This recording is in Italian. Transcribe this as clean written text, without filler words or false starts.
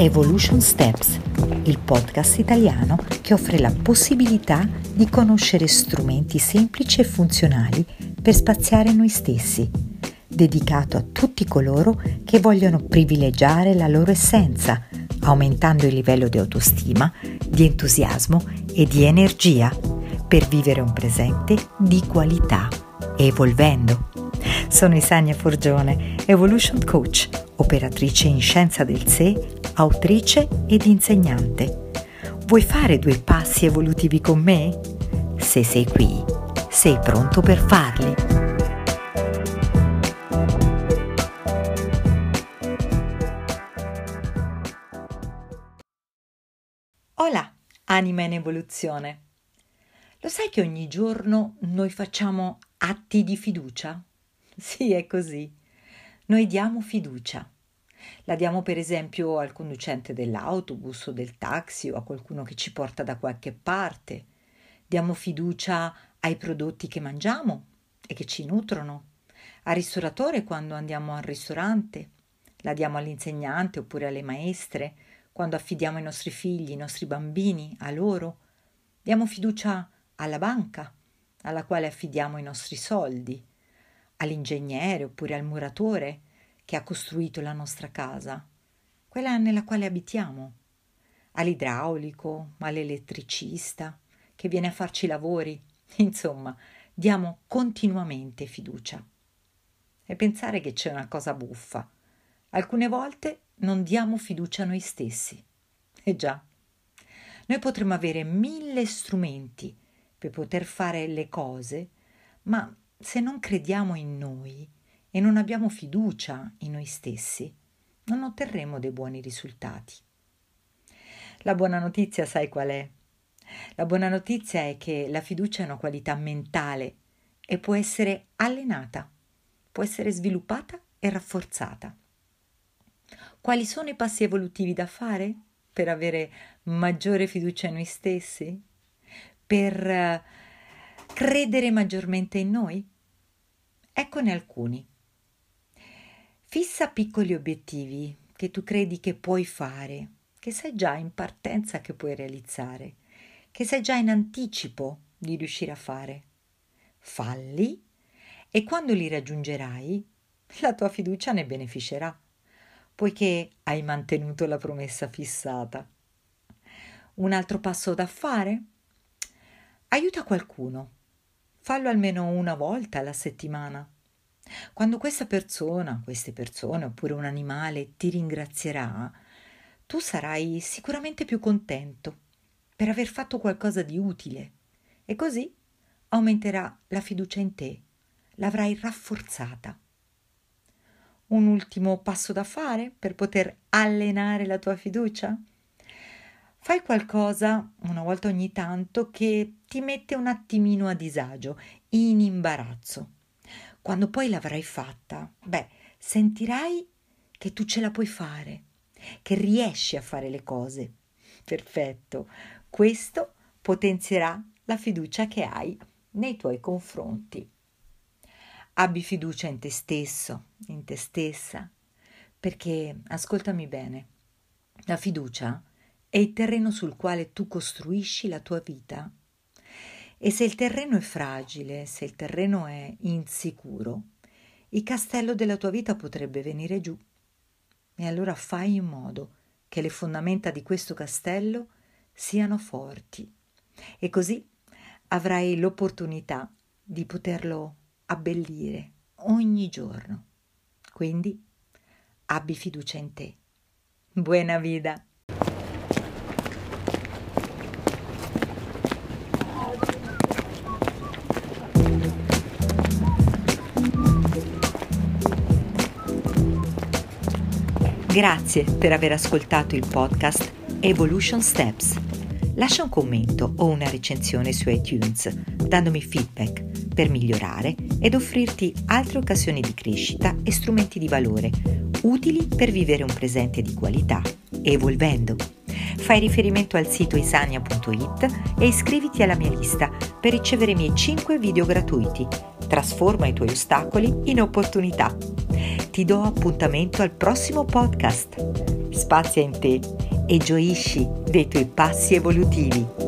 Evolution Steps, il podcast italiano che offre la possibilità di conoscere strumenti semplici e funzionali per spaziare noi stessi, dedicato a tutti coloro che vogliono privilegiare la loro essenza, aumentando il livello di autostima, di entusiasmo e di energia per vivere un presente di qualità, evolvendo. Sono Isania Forgione, Evolution Coach, operatrice in scienza del sé, autrice ed insegnante. Vuoi fare 2 passi evolutivi con me? Se sei qui, sei pronto per farli. Hola, anima in evoluzione. Lo sai che ogni giorno noi facciamo atti di fiducia? Sì, è così. Noi diamo fiducia. La diamo per esempio al conducente dell'autobus o del taxi o a qualcuno che ci porta da qualche parte. Diamo fiducia ai prodotti che mangiamo e che ci nutrono, al ristoratore quando andiamo al ristorante, la diamo all'insegnante oppure alle maestre quando affidiamo i nostri figli, i nostri bambini a loro. Diamo fiducia alla banca, alla quale affidiamo i nostri soldi, all'ingegnere oppure al muratore che ha costruito la nostra casa, quella nella quale abitiamo, all'idraulico, all'elettricista che viene a farci i lavori. Insomma, diamo continuamente fiducia. E pensare che c'è una cosa buffa. Alcune volte non diamo fiducia a noi stessi. Eh già, noi potremmo avere 1000 strumenti per poter fare le cose, ma se non crediamo in noi e non abbiamo fiducia in noi stessi, non otterremo dei buoni risultati. La buona notizia sai qual è? La buona notizia è che la fiducia è una qualità mentale e può essere allenata, può essere sviluppata e rafforzata. Quali sono i passi evolutivi da fare per avere maggiore fiducia in noi stessi? Per credere maggiormente in noi? Eccone alcuni. Fissa piccoli obiettivi che tu credi che puoi fare, che sai già in partenza che puoi realizzare, che sai già in anticipo di riuscire a fare. Falli e quando li raggiungerai, la tua fiducia ne beneficerà, poiché hai mantenuto la promessa fissata. Un altro passo da fare? Aiuta qualcuno. Fallo almeno una volta alla settimana. Quando queste persone oppure un animale ti ringrazierà, tu sarai sicuramente più contento per aver fatto qualcosa di utile e così aumenterà la fiducia in te, l'avrai rafforzata. Un ultimo passo da fare per poter allenare la tua fiducia? Fai qualcosa una volta ogni tanto che ti mette un attimino a disagio, in imbarazzo. Quando poi l'avrai fatta, sentirai che tu ce la puoi fare, che riesci a fare le cose. Perfetto. Questo potenzierà la fiducia che hai nei tuoi confronti. Abbi fiducia in te stesso, in te stessa, perché, ascoltami bene, la fiducia è il terreno sul quale tu costruisci la tua vita. E se il terreno è fragile, se il terreno è insicuro, il castello della tua vita potrebbe venire giù. E allora fai in modo che le fondamenta di questo castello siano forti. E così avrai l'opportunità di poterlo abbellire ogni giorno. Quindi abbi fiducia in te. Buona vida! Grazie per aver ascoltato il podcast Evolution Steps. Lascia un commento o una recensione su iTunes, dandomi feedback per migliorare ed offrirti altre occasioni di crescita e strumenti di valore utili per vivere un presente di qualità, evolvendo. Fai riferimento al sito isania.it e iscriviti alla mia lista per ricevere i miei 5 video gratuiti. Trasforma i tuoi ostacoli in opportunità. ti do appuntamento al prossimo podcast. Spazia in te e gioisci dei tuoi passi evolutivi.